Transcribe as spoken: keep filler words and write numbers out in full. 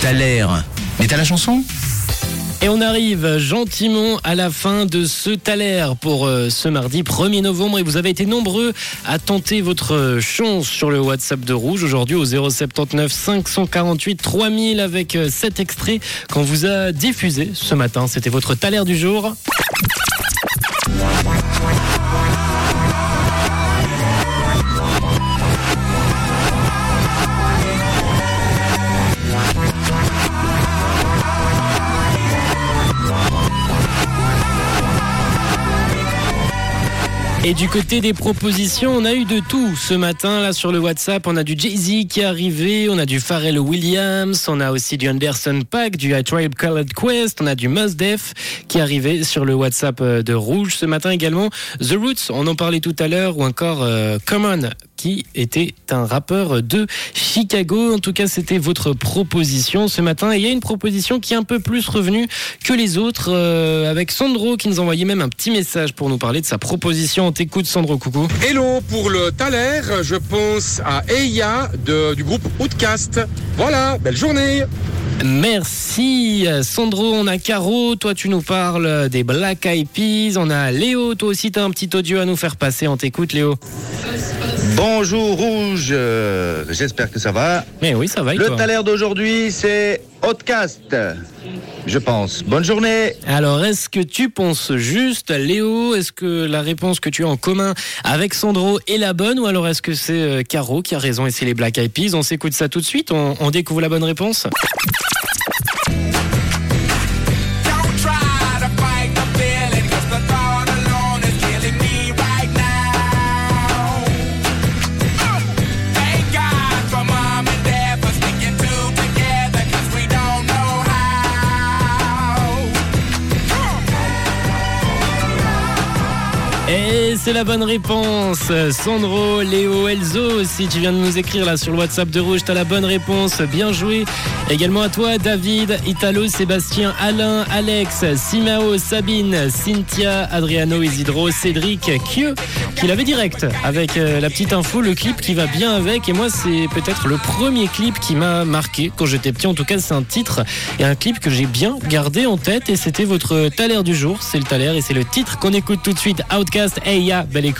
Thaler. Mais t'as la chanson ? Et on arrive gentiment à la fin de ce Thaler pour euh, ce mardi premier novembre. Et vous avez été nombreux à tenter votre chance sur le WhatsApp de Rouge aujourd'hui au zéro soixante-dix-neuf cinq cent quarante-huit trois mille avec euh, cet extrait qu'on vous a diffusé ce matin. C'était votre Thaler du jour. Et du côté des propositions, on a eu de tout ce matin là sur le WhatsApp. On a du Jay-Z qui est arrivé, on a du Pharrell Williams, on a aussi du Anderson .Paak, du A Tribe Called Quest, on a du Mos Def qui est arrivé sur le WhatsApp de Rouge ce matin également. The Roots, on en parlait tout à l'heure, ou encore euh, Common, qui était un rappeur de Chicago. En tout cas, c'était votre proposition ce matin. Et il y a une proposition qui est un peu plus revenue que les autres, euh, avec Sandro qui nous envoyait même un petit message pour nous parler de sa proposition. On t'écoute, Sandro, coucou. Hello, pour le Thaler, je pense à Eya de, du groupe Outcast. Voilà, belle journée. Merci Sandro. On a Caro, toi tu nous parles des Black Eyed Peas. On a Léo, toi aussi tu as un petit audio à nous faire passer. On t'écoute, Léo. Bonjour Rouge, euh, j'espère que ça va. Mais oui, ça va. Le Thaler d'aujourd'hui, c'est Outcast, je pense. Bonne journée. Alors, est-ce que tu penses juste, Léo? Est-ce que la réponse que tu as en commun avec Sandro est la bonne, ou alors est-ce que c'est euh, Caro qui a raison et c'est les Black Eyed Peas? On s'écoute ça tout de suite, on, on découvre la bonne réponse. Et c'est la bonne réponse. Sandro, Léo, Elzo, si tu viens de nous écrire là sur le WhatsApp de Rouge, t'as la bonne réponse. Bien joué. Également à toi, David, Italo, Sébastien, Alain, Alex, Simao, Sabine, Cynthia, Adriano, Isidro, Cédric, Kieu, qui l'avait direct avec euh, la petite info, le clip qui va bien avec. Et moi, c'est peut-être le premier clip qui m'a marqué quand j'étais petit. En tout cas, c'est un titre et un clip que j'ai bien gardé en tête. Et c'était votre Thaler du jour. C'est le Thaler et c'est le titre qu'on écoute tout de suite. Outcast, hey ya, belle écoute.